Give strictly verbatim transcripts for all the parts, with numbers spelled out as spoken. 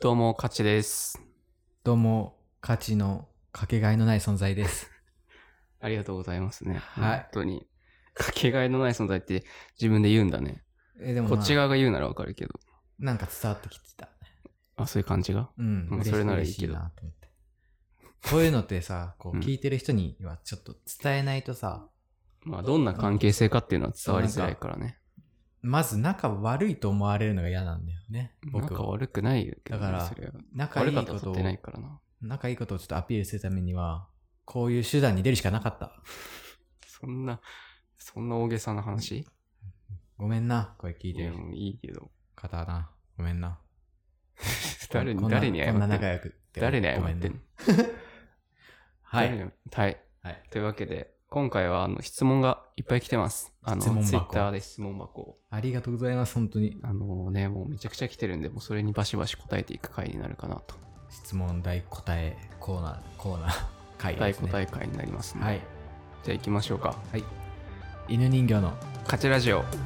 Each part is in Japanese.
どうも、かちです。 どうも、価値のかけがえのない存在です。 ありがとうございますね。 はい本当に。かけがえのない存在って自分で言うんだね。 えでも、 こまあ、 っち側が言うならわかるけど。 なんか伝わってきてた。 あ、そういう感じがうん、 まあ嬉しそれならいいけど嬉しいなと思って。こういうのってさ、こううん聞いてる人にはちょっと伝えないとさ、 まあ、どんな関係性かっていうのは伝わりづらいからね。 まず仲悪いと思われるのが嫌なんだよね。僕は。 仲悪くないけど、ね、 だからそれは仲いい悪ことをかったとってないからな。 仲いいことをちょっとアピールするためには、こういう手段に出るしかなかった。 そんな、そんな大げさな話ごめんな、これ聞いいや、 てるもういいけど。 方はな。ごめんな。 誰に、 こんな誰に謝こんなってんの仲良くって。 誰に謝ごめんなってんのはい。 誰にはい。 はい。 というわけで、今回はあの質問がいっぱい来てます。あの、 質問箱ツイッターで質問箱を。 ありがとうございます、本当に。 あのね、もうめちゃくちゃ来てるんで、もうそれにバシバシ答えていく回になるかなと。 質問大答えコーナー、コーナー回ですね。 大答え回になりますね。 はい。 じゃあ行きましょうか。 はい。犬人形のカチラジオ。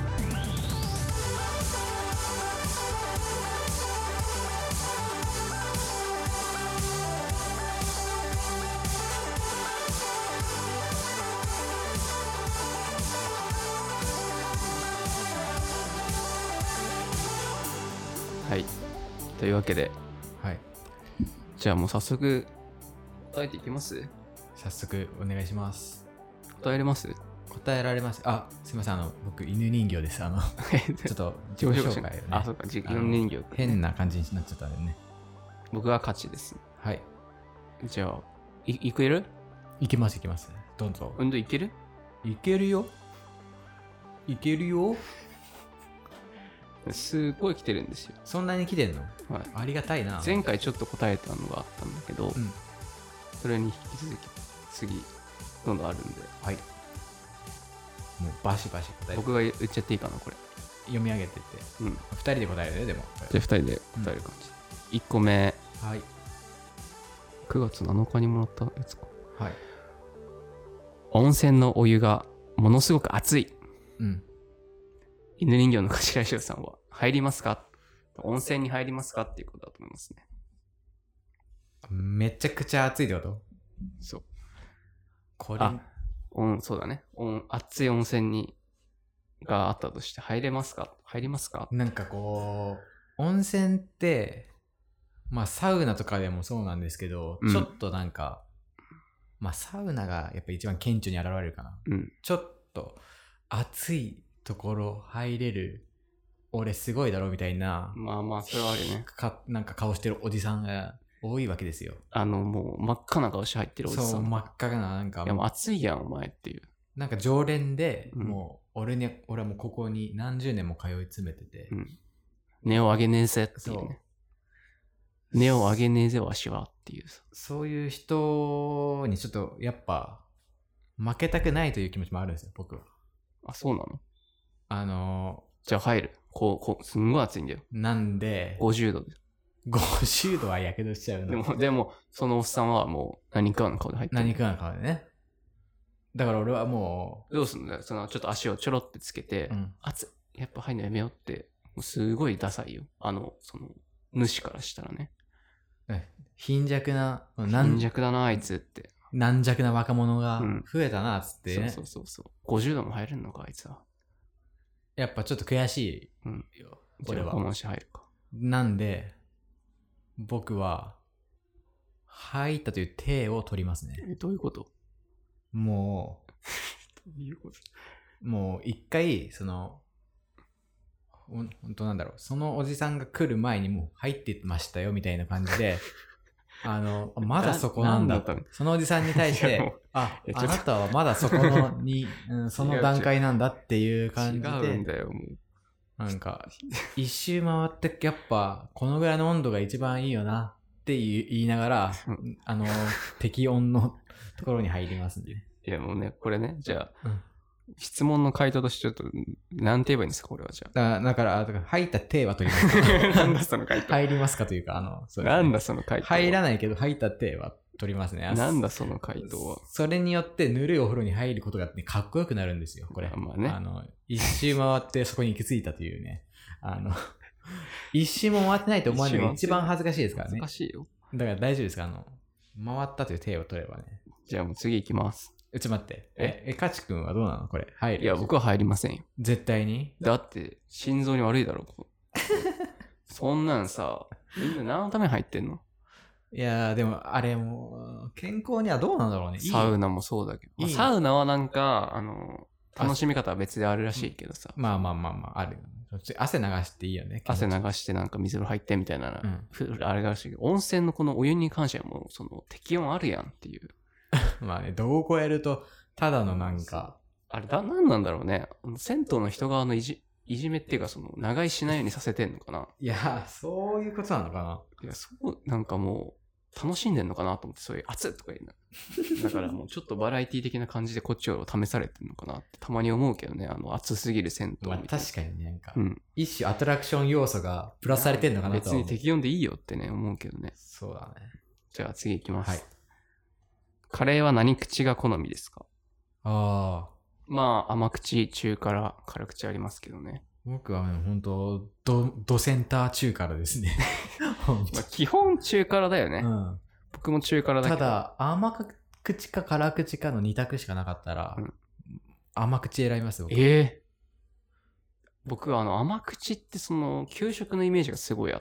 はい。というわけで、 はい。 じゃあもう早速答えていきます？ 早速お願いします。 答えれます？ 答えられます。あ、すみません。あの、僕、犬人形です。あの、ちょっと自己紹介をね。 あ、そうか、自あの分人形、ね。 変な感じになっちゃったんでね。 僕は勝ちです。 はい。 じゃあ、い、いける？ いけます、いけます。どうぞ。 うんといける？ いけるよ。いけるよ。 すごい来てるんですよ。 そんなに来てんの？ はい。 ありがたいな。 前回ちょっと答えたのがあったんだけど、 うん。 それに引き続き次どんどんあるんで、 はい。もうバシバシ答えて。 僕が言っちゃっていいかな、これ。 読み上げてって。 うん。 二人で答えるね、でも。 じゃあふたりで答える感じ。いっこめ、 はい。 くがつなのかにもらったやつか。 はい。 温泉のお湯がものすごく熱い。 うん。 犬人形の頭師匠さんは入りますか？温泉に入りますかっていうことだと思いますね。 めちゃくちゃ暑いってこと？ そう。 これ、 あ、温そうだね。温熱い温泉にがあったとして入れますか？入りますか？ なんかこう、温泉って、まあサウナとかでもそうなんですけど、 うんちょっとなんか、まあサウナがやっぱ一番顕著に現れるかな。 うん。 ちょっと暑いところ入れる、俺すごいだろみたいな、 まあまあ、それはあるね。 かなんか顔してるおじさんが多いわけですよ。 あの、もう真っ赤な顔して入ってるおじさん。 そう、真っ赤な、なんかいや、もう暑いやん、お前っていう。 なんか常連で、 うんもう俺に、俺はもうここに何十年も通い詰めてて、 うん。根を上げねえぜっていうそうね。根を上げねえぜ、わしはっていうさ。 そういう人にちょっとやっぱ負けたくないという気持ちもあるんですよ、僕は。 あ、そうなの？ あのじゃあ入る。こう、こう、すんごい暑いんだよ。 ー、なんで、 ごじゅうどで。 ごじゅうどはやけどしちゃうの。 でも、でも、そのおっさんはもう何かの顔で入ってる。 何かの顔でね。だから俺はもどうすんだよ。その、ちょっと足をちょろってつけて、 う、うん、 暑い。やっぱ入るのやめようって、もうすごいダサいよ。あの、その、主からしたらね。 貧弱な、 貧軟弱だな、あいつって。 軟弱な若者がうん増えたな、つってね。 そうそうそうそう。ごじゅうども入れるのか、あいつは。 やっぱちょっと悔しうん。 いよ、 じゃあ、 俺は。 我慢して入るか。 なんで、僕は、入ったという体を取りますね。 え、どういうこともどういうことう、もう一回、その、ほんほんとなんだろう、そのおじさんが来る前にもう入ってましたよみたいな感じで、あの、まだそこなんだななんだったの。 そのおじさんに対しいやもうて、あ、 いやちょっとあなたはまだそこのに、うん、その段階なんだっていう感じ違うんで、 だよ、もう。 なんか、一周回ってやっぱ、このぐらいの温度が一番いいよなって言い言いながら、あの、適温のところに入りますね。 いや、もうね、これね、じゃあ、 うん質問の回答としてちょっと、なんて言えばいいんですか、これはじゃだだから、だから入った手は取りますあ。なんだその回答。 入りますかというか、あの、そうなんだその回答は。 入らないけど入った手は取りますね。 なんだその回答は。 それによってぬるいお風呂に入ることが、ね、かっこよくなるんですよ、これ。 まあねあの、一周回ってそこに行き着いたというね。あの、 一周も回ってないと思われるのが一番恥ずかしいですからね。 難しいよ。 だから大丈夫ですか？あの、回ったという手を取ればね。 じゃあもう次行きます。 え、ちょっと待って。え、え、カチ君はどうなのこれ。入る？ いや、僕は入りませんよ。 絶対に？ だって、心臓に悪いだろ、ここそんなんさ、みんな何のために入ってんの？ いやー、でも、あれも、健康にはどうなんだろうね。 サウナもそうだけど。 いいまあサウナはなんか、あの、楽しみ方は別であるらしいけどさ。 まあまあまあまあ、ある。汗流していいよね。 汗流してなんか水風呂入ってみたいな、 うん、 あれがあるしいけど、温泉のこのお湯に関してはもう、その、適温あるやんっていう。 まあね、どう超えると、ただのなんか。 あれだ、なんなんだろうね。銭湯の人側のいじ、いじめっていうか、その、長居しないようにさせてんのかな。 いや、そういうことなのかな。 いや、そう、なんかもう、楽しんでんのかなと思って、そういう熱っとか言うな。だからもうちょっとバラエティ的な感じでこっちを試されてんのかなってたまに思うけどね。あの、熱すぎる銭湯みたいな。 まあ確かにね、なんか、 うん、 一種アトラクション要素がプラスされてんのかなと別に適温でいいよってね、思うけどね。 そうだね。 じゃあ次行きます。 はい。 カレーは何口が好みですか？ ああ。 まあ、甘口、中辛、辛口ありますけどね。 僕はね、本当ド、ドセンター中辛ですね。 まあ、基本中辛だよね。 うん、 僕も中辛だけど。 ただ、甘口か辛口かの二択しかなかったら、うん、甘口選びますよ。 ええー、僕はあの甘口ってその給食のイメージがすごいあって。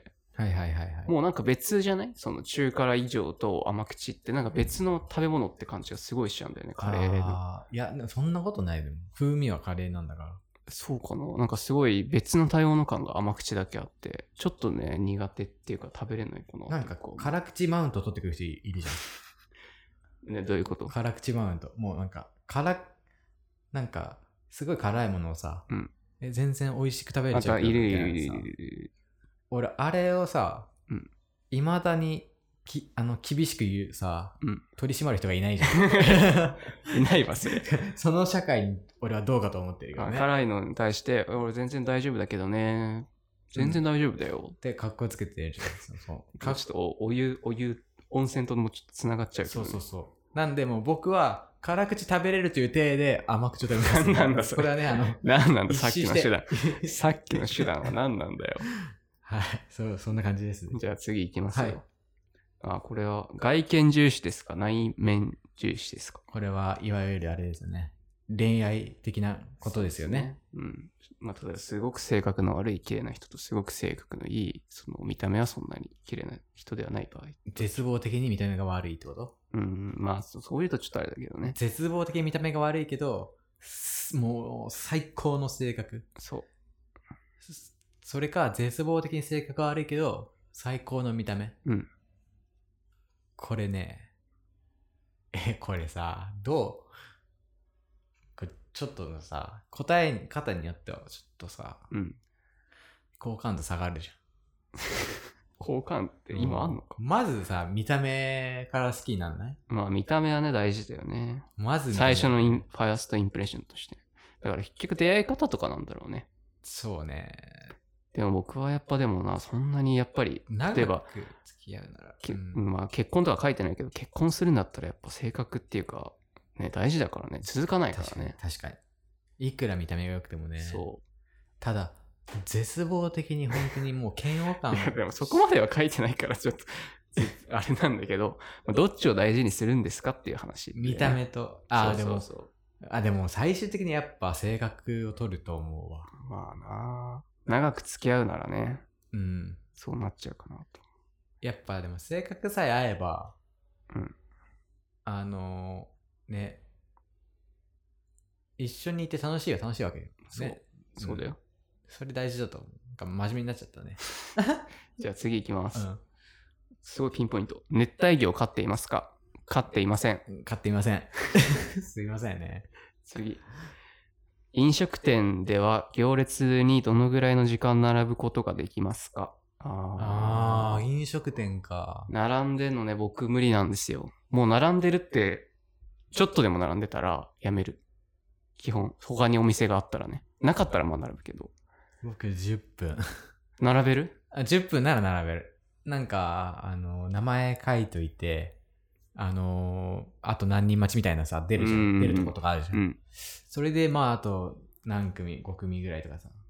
はいはいはいはい。 もうなんか別じゃない？その中辛以上と甘口ってなんか別の食べ物って感じがすごいしちゃうんだよね、カレーの。 ああ、いや、そんなことないの。風味はカレーなんだから。 そうかな。なんかすごい別の対応の感が甘口だけあって、ちょっとね、苦手っていうか食べれないかな。 なんかこう、辛口マウント取ってくる人いるじゃん。ね、どういうこと？ 辛口マウント。もうなんか、辛、なんか、すごい辛いものをさ、 うん、 え全然美味しく食べれちゃういるいるいるいる。 俺、あれをさ、 いま、未だにきあの厳しく言うさ、 うん、 取り締まる人がいないじゃん。いないわ、それ。 その社会に俺はどうかと思ってるよね。 辛いのに対して、俺全然大丈夫だけどね。全然大丈夫だよ。 って、格好つけてるじゃん。そうそう。 ちょっとお、お湯、お湯、温泉ともちょっと繋がっちゃうけど、ね。 そうそうそう。なんでもう僕は、辛口食べれるという体で甘口を食べます。 何なんだそれ。 これはね、あの、 何なんださっきの手段。さっきの手段は何なんだよ。 はい。そう、そんな感じです。 じゃあ次行きますよ。 はい。 あ、これは外見重視ですか？内面重視ですか？ これはいわゆるあれですよね。恋愛的なことですよね。 う, ねうん。まあ、ただすごく性格の悪い綺麗な人とすごく性格のいい、その見た目はそんなに綺麗な人ではない場合。 絶望的に見た目が悪いってこと？ うん、まあそ、そういうとちょっとあれだけどね。 絶望的に見た目が悪いけど、もう最高の性格。 そう。 それか、絶望的に性格が悪いけど、最高の見た目。 うん。 これね、え、これさ、どうこれちょっとさ、答え方によってはちょっとさ、 うん。 好感度下がるじゃん。 好感って今あんのか、 うん、まずさ、見た目から好きにならない？ まあ見た目はね、大事だよね。 まず最初のインファーストインプレッションとして。だから結局出会い方とかなんだろうね。 そうね。 でも僕はやっぱでもな、そんなにやっぱり、例えば、 長く付き合うなら、 うん、まあ結婚とか書いてないけど、結婚するんだったらやっぱ性格っていうか、ね、大事だからね、続かないからね。 確かに。確かに。いくら見た目が良くてもね。 そう。 ただ、絶望的に本当にもう嫌悪感。 いやでもそこまでは書いてないからちょっと、あれなんだけど、どっちを大事にするんですかっていう話、ね。 見た目と、ああ、でも、 そうそうあ、でも最終的にやっぱ性格を取ると思うわ。 まあなあ。長く付き合うならね。 うん。 そうなっちゃうかなと。 やっぱでも性格さえ合えば、 うん。 あのー、ね、一緒にいて楽しいは楽しいわけよ。ね。 そう。そうだよ、うん。 それ大事だと思う。なんか真面目になっちゃったね。 じゃあ次行きます。 うん。 すごいピンポイント。熱帯魚を飼っていますか？飼っていません。 飼っていません。すいませんね。 次。飲食店では行列にどのぐらいの時間並ぶことができますか？ ああ、飲食店か。 並んでんのね、僕無理なんですよ。もう並んでるって、ちょっとでも並んでたらやめる。基本、他にお店があったらね。なかったらまあ並ぶけど。 僕じゅっぷん。 並べる？ あ、じゅっぷんなら並べる。なんか、あの、名前書いといて、あのー、あと何人待ちみたいなさ、出るじゃん。出るとことかあるじゃん。うん、それで、まあ、あと何組、ご組ぐらいとかさ。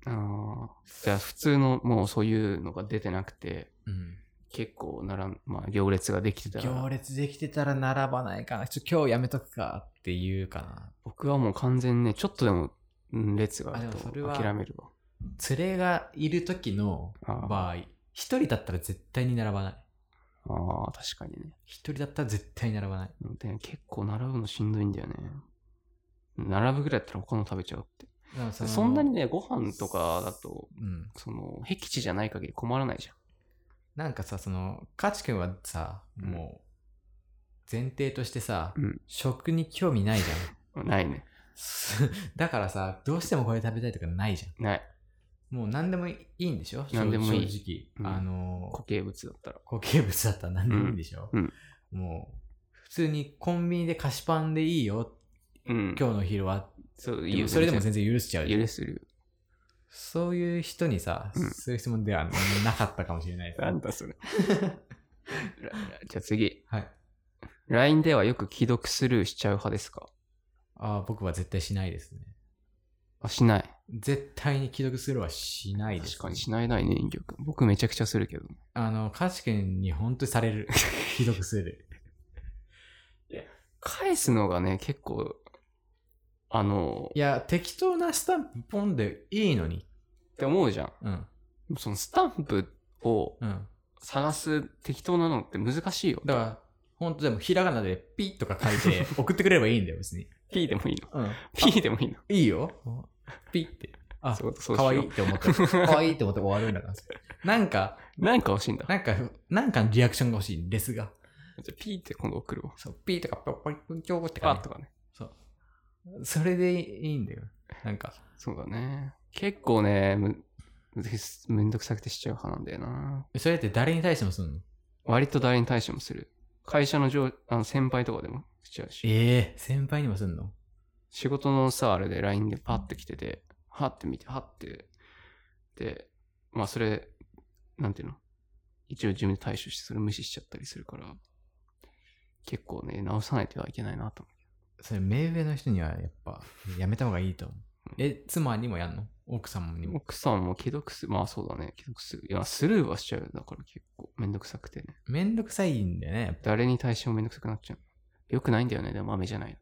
ああ。じゃあ普通のもうそういうのが出てなくて、 うん。 結構ならん、まあ行列ができてたら。 行列できてたら並ばないかな。ちょ今日やめとくかって言うかな。 僕はもう完全にね、ちょっとでもうん列があるあでもそれとは諦めるわ。 連れがいる時の場合、一人だったら絶対に並ばない。 ああ、確かにね。 一人だったら絶対に並ばない。 で結構並ぶのしんどいんだよね。並ぶぐらいだったら他の食べちゃうって。 そ, そんなにね、ご飯とかだと、 うん、 その、僻地じゃない限り困らないじゃん。 なんかさ、その、カチ君はさ、 うん、 もう、前提としてさ、 うん、 食に興味ないじゃん。ないね。 だからさ、どうしてもこれ食べたいとかないじゃん。 ない。 もう何でもいいんでしょ？ 何でもいい。 正直。 うん、 あのー、 固形物だったら。 固形物だったら何でもいいんでしょ？ うんうん、もう、普通にコンビニで菓子パンでいいよ。うん、今日の昼は。 そういいよ。 それでも全然許しちゃう。 許する。 そういう人にさ、うん、そういう質問ではなかったかもしれない。 なんだそれ。じゃあ次。 はい。 ライン ではよく既読スルーしちゃう派ですか？ ああ、僕は絶対しないですね。 あ、しない。 絶対に既読スルーはしないです、ね。 確かにしないないね、遠慮君。僕めちゃくちゃするけど。 あの、カチ君に本当にされる。既読スルー。いや、返すのがね、結構、あの、 いや、適当なスタンプポンでいいのに。 って思うじゃん。 うん。 そのスタンプを探す適当なのって難しいよ。 だから、本当でもひらがなでピッとか書いて送ってくれればいいんだよ、別に。 ピーでもいいの？ うん。 ピーでもいいの？ いいよ。ピッって。あ、 そうそうかわいいって思って。かわいいって思って終わるんだから。なんか、 なんか欲しいんだ。 なんか、なんかのリアクションが欲しいんですが。 じゃピーって今度送るわ。 そう、ピーとかポッポリポリョーってか、ね。あとかね。 そう。それでいいんだよ。なんか。 そうだね。結構ね、む、めんどくさくてしちゃう派なんだよな。 それって誰に対してもするの？ 割と誰に対してもする。会社の上、あの先輩とかでもしちゃうし。 ええー、先輩にもすんの？ 仕事のさ、あれで ライン でパッて来てて、はって見て、はって、で、まあそれ、なんていうの？一応自分で対処してそれ無視しちゃったりするから、結構ね、直さないとはいけないなと思う。 それ、目上の人にはやっぱ、やめた方がいいと思う。え、妻にもやんの？奥様にも。 奥さんも既読する。まあそうだね。既読する。いや、スルーはしちゃう。だから結構めんどくさくてね。 めんどくさいんだよね。 誰に対してもめんどくさくなっちゃう。よくないんだよね。でも豆じゃないって。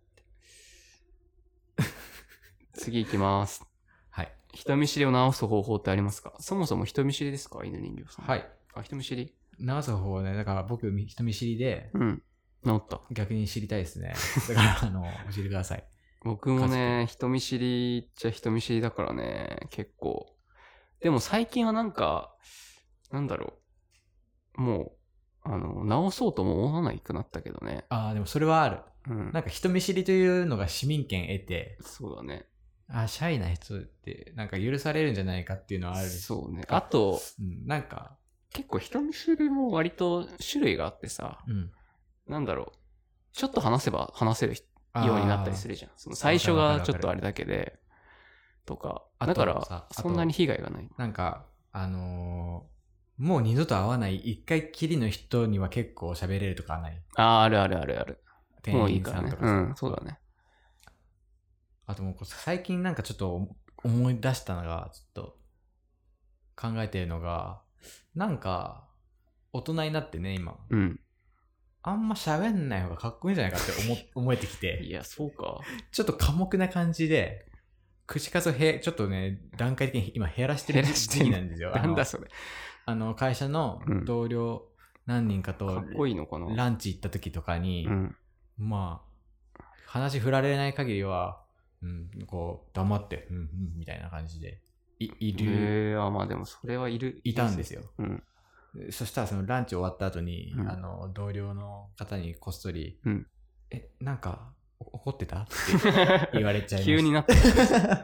次行きます。 はい。 人見知りを直す方法ってありますか？そもそも人見知りですか？犬人形さん。 はい。 あ、人見知り？ 直す方法はね、だから僕人見知りで、 うん。治った。 逆に知りたいですね。だから、あの、教えてください。 僕もね、人見知りっちゃ人見知りだからね、結構。でも最近はなんか、なんだろう。もう、あの、直そうとも思わないくなったけどね。 ああ、でもそれはある。うん。なんか人見知りというのが市民権得て。 そうだね。 あ、シャイな人ってなんか許されるんじゃないかっていうのはある。 そうね。あと、 うん、なんか、 結構人見知りも割と種類があってさ、うん、なんだろう。ちょっと話せば話せる人、ようになったりするじゃん。その最初がちょっとあれだけで、とか。だから、そんなに被害がない。 なんか、あのー、もう二度と会わない一回きりの人には結構喋れるとかない？ ああ、あるあるあるある。もういいからね。うん、そうだね。 あともう最近なんかちょっと思い出したのが、ちょっと考えてるのが、なんか、大人になってね、今。うん。あんま喋んない方がかっこいいんじゃないかって思思えてきて。 いや、そうか。 ちょっと寡黙な感じで、口数をへ、ちょっとね、段階的に今減らしてる時期なんですよ。 なんだそれ。 あの、会社の同僚何人かと、 かっこいいのかな？ ランチ行った時とかに、うん、まあ、話振られない限りは、うん、こう、黙って、うん、うん、みたいな感じで、い、いる。 へえー、あ、まあでもそれはいる。 いたんですよ。 うん。 そしたらそのランチ終わった後に、うん、あの同僚の方にこっそり、うん、え、なんか怒ってたって言われちゃいました。 急になった。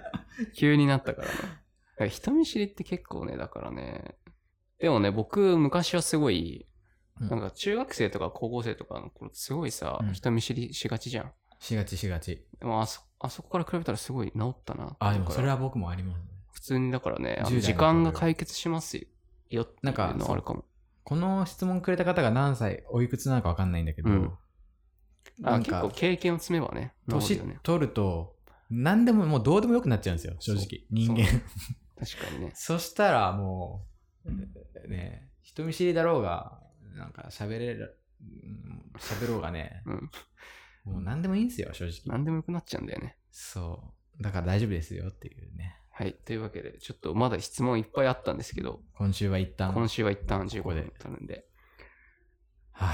急になったからね。人見知りって結構ね、だからね。でもね、僕昔はすごい、なんか中学生とか高校生とかの頃すごいさ、うん、人見知りしがちじゃん。 しがちしがち。 でもあそ、あそこから比べたらすごい治ったな。 あ、でもそれは僕もありますね。 普通にだからね、あの時間が解決しますよ。よっていうのあるかも。 この質問くれた方が何歳、おいくつなのか分かんないんだけど、うん、 なんか結構経験を積めばね、 年取ると、何でももうどうでもよくなっちゃうんですよ、正直。人間。 確かにね。 そしたらもう、ね、人見知りだろうが、なんか喋れる、喋ろうがね、うん、もう何でもいいんですよ、正直。 何でもよくなっちゃうんだよね。 そう。だから大丈夫ですよっていうね。 はい。というわけで、ちょっとまだ質問いっぱいあったんですけど、 今週は一旦。 今週は一旦じゅうごふん経るんで。 はい、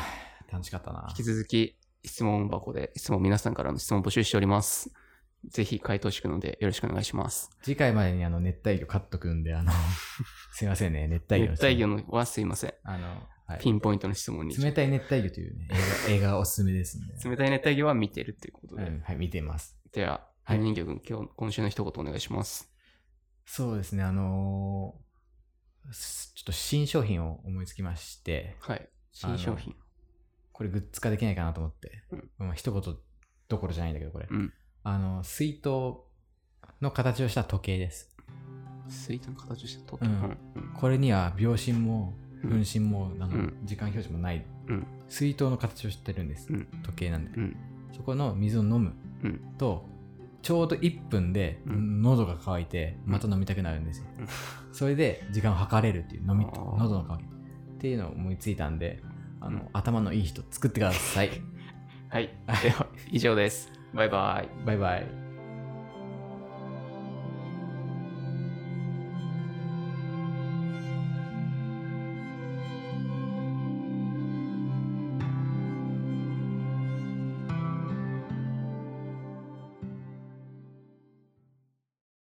楽しかったな。 引き続き質問箱で質問、皆さんからの質問を募集しております。ぜひ回答していくのでよろしくお願いします。 次回までにあの熱帯魚カットくんで、あの、すいませんね、熱帯魚。 熱帯魚のはすいません。 あの、 はい、ピンポイントの質問に。 冷たい熱帯魚というね、映画、映画おすすめですね。 冷たい熱帯魚は見てるっていうことで。 うん、はい、見てます。 では、はい、人魚くん、今日、今週の一言お願いします。 そうですね、あのー、ちょっと新商品を思いつきまして。 はい。新商品。 これグッズ化できないかなと思って。うん。まあ、一言どころじゃないんだけど、これ。うん。あの、水筒の形をした時計です。 水筒の形をした時計、うん、 これには秒針も分針も、うん、あの時間表示もない、うん、水筒の形をしてるんです、うん、時計なんで、うん、そこの水を飲むと、ちょうどいっぷんで喉が渇いてまた飲みたくなるんですよ、うん、それで時間を測れるっていう飲み喉の渇きっていうのを思いついたんで、あの、うん、頭のいい人作ってください。 はい、では以上です。バイバイ。 バイバイ。